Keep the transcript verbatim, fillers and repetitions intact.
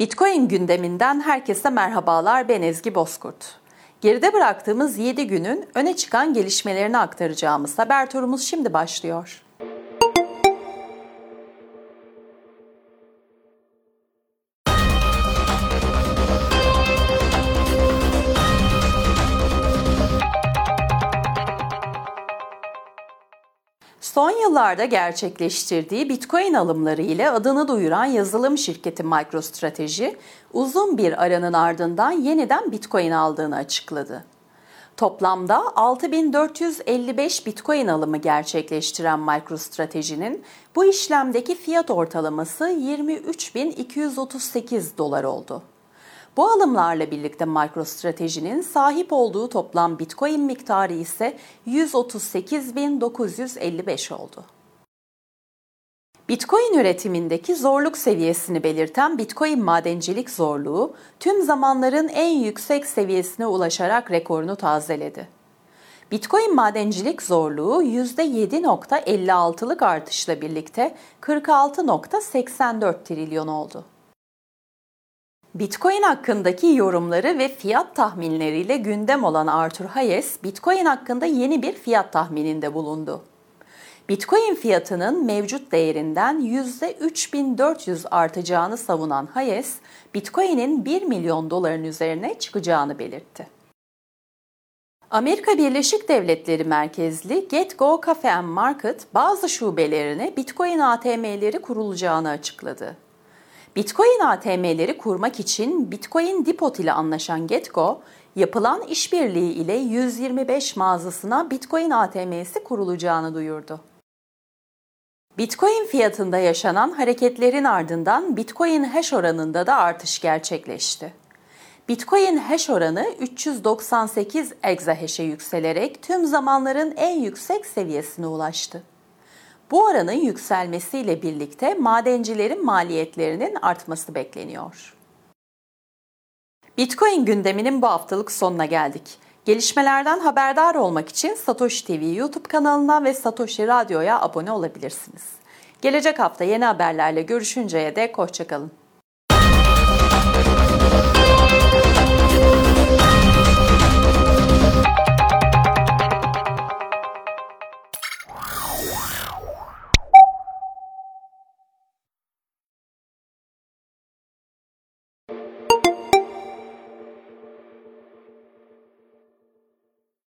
Bitcoin gündeminden herkese merhabalar, ben Ezgi Bozkurt. Geride bıraktığımız yedi günün öne çıkan gelişmelerini aktaracağımız haber turumuz şimdi başlıyor. Son yıllarda gerçekleştirdiği Bitcoin alımları ile adını duyuran yazılım şirketi MicroStrategy, uzun bir aranın ardından yeniden Bitcoin aldığını açıkladı. Toplamda altı bin dört yüz elli beş Bitcoin alımı gerçekleştiren MicroStrategy'nin bu işlemdeki fiyat ortalaması yirmi üç bin iki yüz otuz sekiz dolar oldu. Bu alımlarla birlikte MicroStrategy'nin sahip olduğu toplam Bitcoin miktarı ise yüz otuz sekiz bin dokuz yüz elli beş oldu. Bitcoin üretimindeki zorluk seviyesini belirten Bitcoin madencilik zorluğu, tüm zamanların en yüksek seviyesine ulaşarak rekorunu tazeledi. Bitcoin madencilik zorluğu yüzde yedi virgül elli altı'lık artışla birlikte kırk altı virgül seksen dört trilyon oldu. Bitcoin hakkındaki yorumları ve fiyat tahminleriyle gündem olan Arthur Hayes, Bitcoin hakkında yeni bir fiyat tahmininde bulundu. Bitcoin fiyatının mevcut değerinden yüzde üç bin dört yüz artacağını savunan Hayes, Bitcoin'in bir milyon doların üzerine çıkacağını belirtti. Amerika Birleşik Devletleri merkezli GetGo Cafe and Market, bazı şubelerine Bitcoin A T M'leri kurulacağını açıkladı. Bitcoin A T M'leri kurmak için Bitcoin Depot ile anlaşan GetGo, yapılan işbirliği ile yüz yirmi beş mağazasına Bitcoin A T M'si kurulacağını duyurdu. Bitcoin fiyatında yaşanan hareketlerin ardından Bitcoin hash oranında da artış gerçekleşti. Bitcoin hash oranı üç yüz doksan sekiz exahash'e yükselerek tüm zamanların en yüksek seviyesine ulaştı. Bu oranın yükselmesiyle birlikte madencilerin maliyetlerinin artması bekleniyor. Bitcoin gündeminin bu haftalık sonuna geldik. Gelişmelerden haberdar olmak için Satoshi T V YouTube kanalına ve Satoshi Radyo'ya abone olabilirsiniz. Gelecek hafta yeni haberlerle görüşünceye dek hoşça kalın.